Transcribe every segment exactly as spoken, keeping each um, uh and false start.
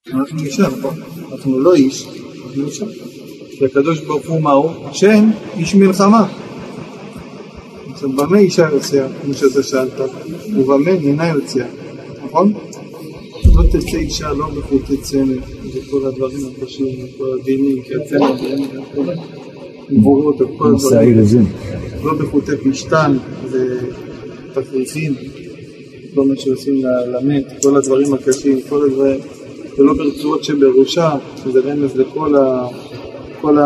אנחנו אישה, נכון? אנחנו לא איש, אנחנו אישה. והקדוש ברוך הוא מהו? שם איש מלחמה. עכשיו, במה אישה יוצאה, כמו שאתה שאלת, ובמה אינה יוצאה, נכון? לא תצא אישה, לא בחוטי צמר, וכל הדברים הקשים, וכל הדינים, כי הצמר, מבורות, כל הדברים, לא בחוטי פשטן, ותפריחים, כל מה שעושים למת, כל הדברים הקשים, כל הדברים, ולא ברצועות שבראשה, שזה רמז לכל ה... כל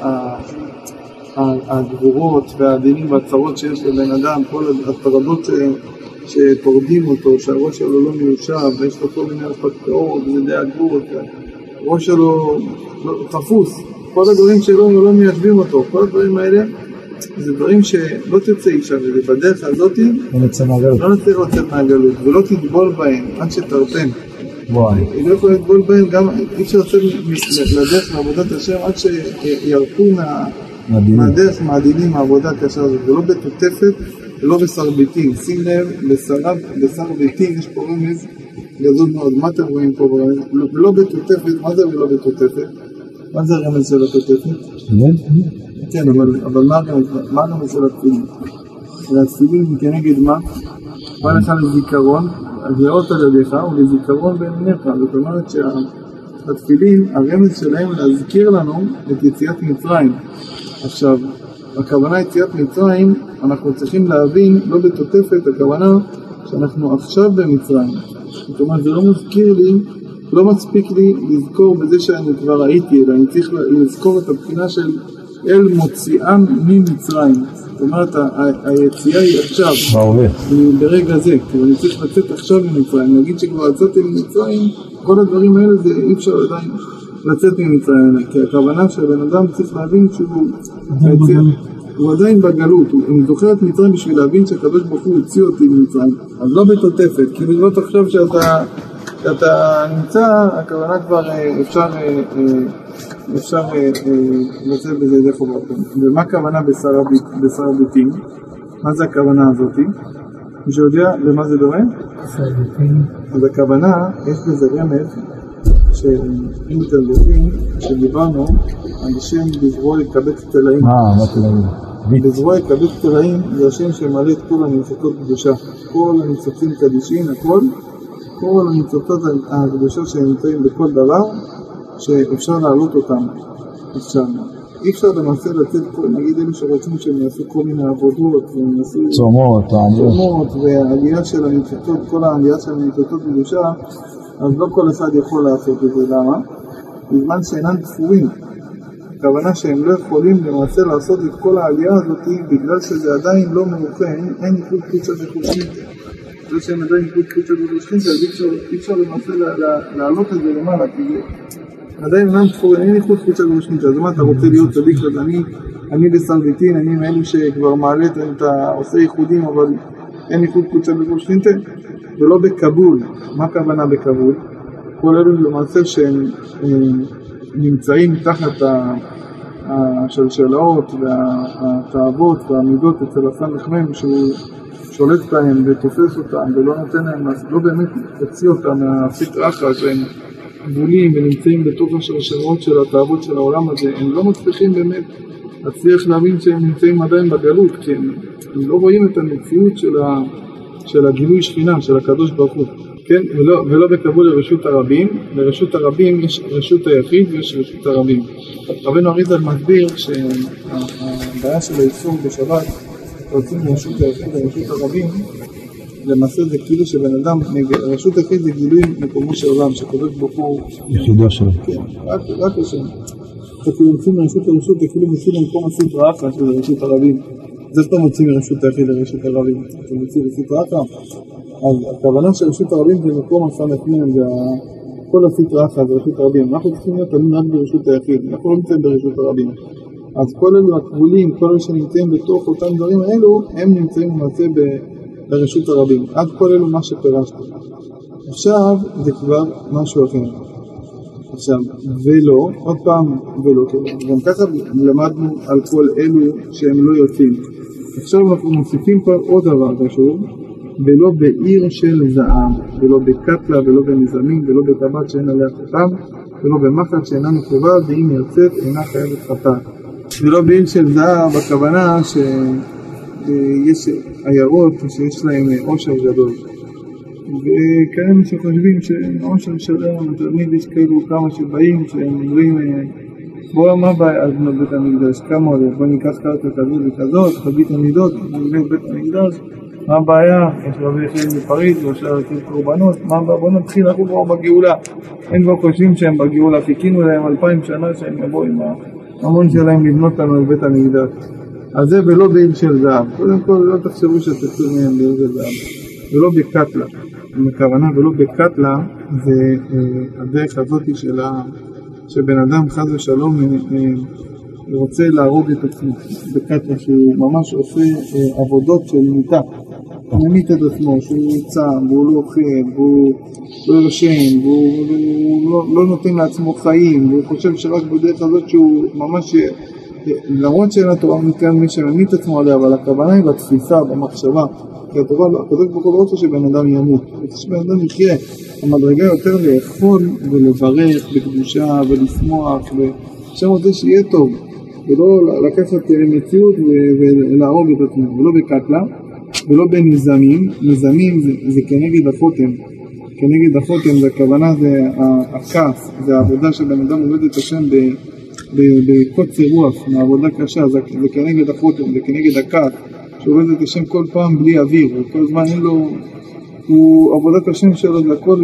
הגבורות והדינים והצרות שיש לבן אדם, כל הטרדות שפורדים אותו, שהראש שלו לא מיושב, ויש לו כל מיני הרפתקאות, וזה הגבורות, הראש שלו תפוס, כל הדברים שלו לא מיישבים אותו, כל הדברים האלה, זה דברים שלא תצא אישה, ובדרך הזאת לא נצטרך לצאת מהגלות, ולא תטבול בהם עד שתרפם. היא לא יכולה לטבול בהם, גם אי אפשר לצאת לדרך לעבודת השם עד שירפו מהדרך, מהדינים, מהעבודה הקשה הזאת, ולא בתותפת ולא בשר ביתים. שים לב, בשר ביתים יש פה רמז גדול מאוד. מה אתם רואים פה ברמז? ולא בתותפת, מה זה ולא בתותפת? מה זה הרמז של התותפת? כן, אבל מה הרמז של התפילין? התפילין כנגד מה? בא לך לזיכרון, הגאות על ידיך ולזיכרון בין עיניך. זאת אומרת שהתפילין, הרמז שלהם להזכיר לנו את יציאת מצרים. עכשיו, הכוונה יציאת מצרים, אנחנו צריכים להבין, לא בתותפת, הכוונה שאנחנו עכשיו במצרים. זאת אומרת, זה לא מזכיר לי, לא מספיק לי לזכור בזה שאני כבר הייתי, אלא אני צריך לזכור את הבחינה של אל מוציאם ממצרים. זאת אומרת, היציאה היא עכשיו, ברגע זה, כי אני צריך לצאת עכשיו ממצרים. נגיד שכבר יצאתי ממצרים, כל הדברים האלה זה אי אפשר עדיין לצאת ממצרים, כי הכוונה שהבן אדם צריך להבין שהוא היציאה, הוא עדיין בגלות, הוא זוכר את מצרים בשביל להבין שהקדוש ברוך הוא הוציא אותי ממצרים. אז לא בתותפת, כי לא תחשוב שאתה, שאתה נמצא, הכוונה כבר אפשר, אפשר לצאת בזה ידי חובה. ומה הכוונה בשר ביתים? מה זה הכוונה הזאת? מי שיודע למה זה דומה? אז הכוונה, יש בזה רמז, שאם תלבוכים, שדיברנו על השם בזרוע יקבץ תלאים. אה, מה תלאים? בזרוע יקבץ תלאים זה השם שמלא את כל הניצוצות קדושה. כל הניצוצים קדישין, הכל, כל הניצוצות הקדושה שנמצאים בכל דבר, שאפשר להעלות אותם. עכשיו, אי אפשר למעשה לצאת פה, נגיד אלו שרוצים שהם יעשו כל מיני עבודות, והם יעשו צומות, צומות, והעלייה של הניצוצות, כל העלייה של הניצוצות קדושה, אז לא כל אחד יכול לעשות את זה. למה? בזמן שאינם תפורים. הכוונה שהם לא יכולים למעשה לעשות את כל העלייה הזאת, בגלל שזה עדיין לא מרוחה, אין איכות קודשה וחושכין. בגלל שהם עדיין איכות קודשה וחושכין, אז אי אפשר למעשה להעלות את זה למעלה, כי עדיין אינם תפורים, אין איכות קודשה וחושכין. אז מה אתה רוצה להיות צדיק? אז אני, אני בשר ביתין, אני מאלו שכבר מעלה את העושה ייחודים, אבל אין איכות קודשה וחושכין. ולא בקבול. מה הכוונה בקבול? כל אלו למעשה שהם נמצאים מתחת השלשלאות והתאוות והמידות אצל הסמך מם, שהוא שולט בהם ותופס אותם ולא נותן להם, לא באמת תוציא אותם מהסטרא אחרא, שהם גבולים ונמצאים בתוך השלשלאות של התאוות של העולם הזה. הם לא מצליחים באמת להצליח להבין שהם נמצאים עדיין בגלות, כי הם, הם לא רואים את המציאות של ה... של הגילוי שכינה, של הקדוש ברוך הוא, כן? ולא, ולא בקבול לרשות הרבים. לרשות הרבים יש רשות היחיד ויש רשות הרבים. רבנו אריזל מסביר שהבעיה של האיסור בשבת, רוצים לרשות היחיד לרשות הרבים, למעשה זה כאילו שבן אדם, רשות היחיד זה גילוי מקומו של עולם, שקדוש ברוך הוא יחידו שלו. כן, רק, רק השם. אתה כאילו מוצאים מרשות לרשות, אתה כאילו מוצאים למקום הסטרא אחרא של רשות הרבים. זה שאתה מוציא מרשות היחיד לרשות הרבים, אתה מוציא לסטרא אחרא. אז הכוונה של רשות הרבים זה מקום הסמך מם, זה כל הסטרא אחרא, זה רשות הרבים. אנחנו צריכים להיות תלויים רק ברשות היחיד, אנחנו לא נמצאים ברשות הרבים. אז כל אלו הכבולים, כל אלו שנמצאים בתוך אותם דברים האלו, הם נמצאים למעשה ברשות הרבים. עד כל אלו מה שפרשתי. עכשיו זה כבר משהו אחר. עכשיו, ולא, עוד פעם ולא, גם ככה למדנו על כל אלו שהם לא יוצאים. עכשיו אנחנו מוסיפים פה עוד דבר חשוב, ולא בעיר של זהב, ולא בקטלה, ולא בנזמים, ולא בטבעת שאין עליה חותם, ולא במחט שאינה נקובה, ואם יוצאת אינה חייבת חטאת. ולא בעיר של זהב, הכוונה שיש עיירות שיש להם עושר גדול. וכאלה שחושבים שעושר שלם, תמיד יש כאלו כמה שבאים, שהם אומרים, בוא, מה בעיה לבנות בית המקדש? כמה עולה? בוא ניקח כרת כזאת וכזאת, חבית המידות, נבנה בית המקדש. מה הבעיה? יש רבי יחיאל מפריז, ואפשר להקים קורבנות. מה הבעיה? בוא נתחיל, אנחנו כבר בגאולה. הם כבר חושבים שהם בגאולה, חיכינו להם אלפיים שנה שהם יבואו עם ההמון שלהם לבנות לנו את בית המקדש. אז זה ולא בעיר של זהב. קודם כל, לא תחשבו שתצאו מהם בעיר של זהב. ולא בקטלה. הכוונה ולא בקטלה, זה הדרך הזאת של ה... שבן אדם חס ושלום רוצה להרוג את עצמו בקטלה, שהוא ממש עושה עבודות של מיטה, הוא ממית את עצמו, שהוא נצם, והוא לא אוכל, והוא לא יושן, והוא לא, לא נותן לעצמו חיים, והוא חושב שרק בדרך הזאת שהוא ממש, למרות שאין התורה מכאן מי שממית את עצמו עליה, אבל הכוונה היא בתפיסה, במחשבה, כי התורה, התורה בכל לא רוצה שבן אדם ימות, רוצה שבן אדם יחיה. המדרגה יותר לאכול ולברך בקדושה ולשמוח, ושם רוצה שיהיה טוב, ולא לקחת מציאות ולהרוג את עצמו, ולא בקטלה, ולא בנזמים. נזמים זה, זה כנגד החותם, כנגד החותם, זה הכוונה, זה הכעס, זה העבודה שבן אדם עובד את השם בקוצר רוח, מהעבודה קשה, זה, זה כנגד החותם, זה כנגד הכעס, שעובד את השם כל פעם בלי אוויר, וכל זמן אין לו, הוא עבודת השם שלו, זה הכל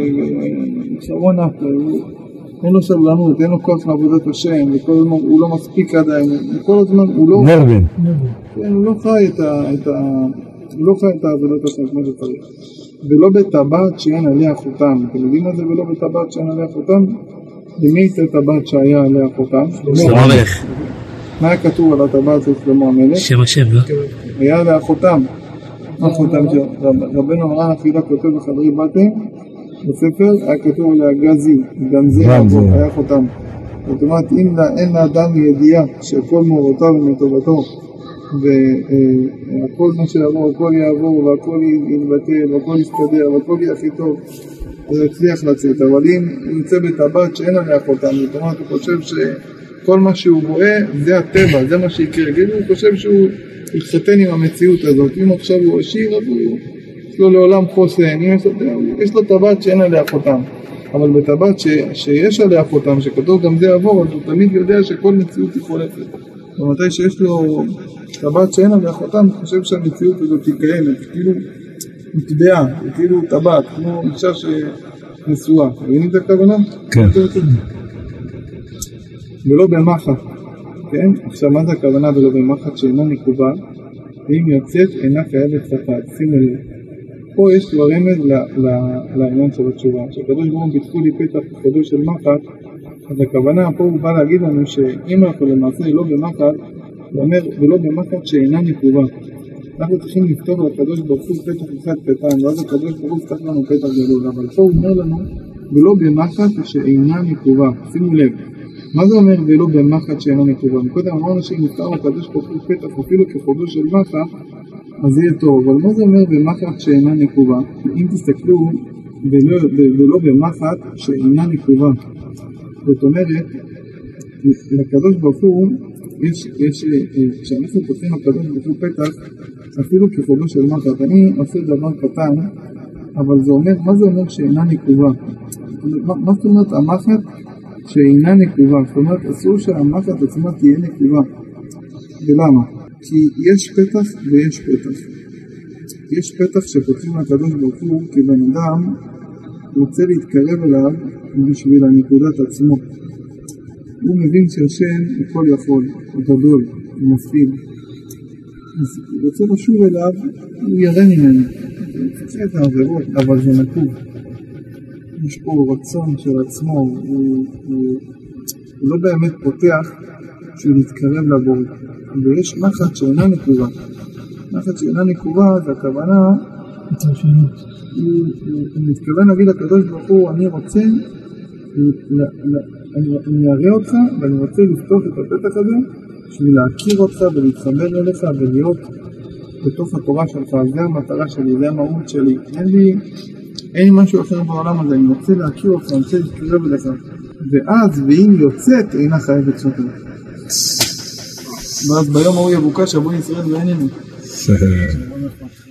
בשרון אפלה, אין לו סבלנות, אין לו כוח לעבודת השם, וכל הזמן הוא לא מספיק עדיין, כל הזמן הוא לא... נרבין. כן, הוא לא חי את ה... את ה... הוא לא חי את העבודת השם כמו שצריך. ולא בטבעת שאין עליה חותם. אתם יודעים מה זה ולא בטבעת שאין עליה חותם? למי הייתה טבעת שהיה עליה חותם? שלמה המלך. מה היה כתוב על הטבעת של שלמה המלך? שם השם, לא? היה עליה חותם. מה חותם של... רבנו מרן החידה כותב בחדרי בטן, בספר היה כתוב עליה גזי, גם זה היה חותם. זאת אומרת, אם אין לאדם ידיעה שכל מורותיו ומטובתו, והכל מה שיעבור, הכל יעבור, והכל יתבטל, והכל יסתדר, והכל יהיה הכי טוב, זה יצליח לצאת. אבל אם נמצא בטבעת שאין עליה חותם, זאת אומרת, הוא חושב שכל מה שהוא רואה זה הטבע, זה מה שיקרה. הוא חושב שהוא יתחתן עם המציאות הזאת. אם עכשיו הוא עשיר, אז יש לו לעולם חוסן, יש לו טבעת שאין עליה חותם. אבל בטבעת ש... שיש עליה חותם, שכתוב גם זה עבור, אז הוא תמיד יודע שכל מציאות היא חולפת. ומתי שיש לו טבעת שאין עליה חותם, הוא חושב שהמציאות הזאת היא קיימת, כאילו מטבעה, כאילו טבעת, כמו אישה שנשואה. מבינים את הכוונה? כן. ולא במחט, כן? עכשיו מה זה הכוונה ולא במחט שאינה נקובה, ואם יוצאת אינה חייבת חטאת. שימו לב. פה יש כבר רמז לעניין של התשובה, שהקדוש ברוך הוא ביטחו לי פתח חידוש של מחט, אז הכוונה פה הוא בא להגיד לנו שאם אנחנו למעשה לא במחט, הוא אומר ולא במחט שאינה נקובה. אנחנו צריכים לפתור לקדוש ברוך הוא פתח אחד קטן, ואז הקדוש ברוך הוא יפתח לנו פתח גדול, אבל פה הוא אומר לנו ולא במחט שאינה נקובה. שימו לב, מה זה אומר ולא במחט שאינה נקובה? מקודם אמרנו שאם נפתר לקדוש ברוך הוא פתח אפילו כחודש של מחט, אז זה יהיה טוב, אבל מה זה אומר במחט שאינה נקובה? אם תסתכלו, ולא, ולא במחט שאינה נקובה. זאת אומרת, לקדוש ברוך הוא, יש, יש, כשאנחנו פותחים לקדוש ברוך הוא פתח, אפילו כחודש של מחט, אני עושה דבר קטן, אבל זה אומר, מה זה אומר שאינה נקובה? מה, מה זאת אומרת המחט שאינה נקובה? זאת אומרת, אסור שהמחט עצמה תהיה נקובה. ולמה? כי יש פתח ויש פתח. יש פתח שפותחים לקדוש ברוך הוא כי בן אדם רוצה להתקרב אליו בשביל הנקודת עצמו. הוא מבין שהשם הוא כל יכול, הוא גדול, הוא מפעיל. אז הוא רוצה לשוב אליו, הוא יראה ממנו. הוא יפצה את העבירות, אבל זה נקוב. יש פה רצון של עצמו, הוא, הוא, הוא לא באמת פותח בשביל להתקרב לבורא. ויש מחט שאינה נקובה. מחט שאינה נקובה, זה הכוונה, הוא מתכוון להגיד לקדוש ברוך הוא, אני רוצה, אני אראה אותך, ואני רוצה לפתוח את הפתח הזה, בשביל להכיר אותך ולהתחבר אליך ולהיות בתוך התורה שלך, זה המטרה שלי, זה המהות שלי. אין לי, אין לי משהו אחר בעולם הזה, אני רוצה להכיר אותך, אני רוצה להתקרב אליך. ואז, ואם יוצאת, אינה חייבת שותף. ואז ביום ההוא יבוקש, אבוי ישראל ואיננו.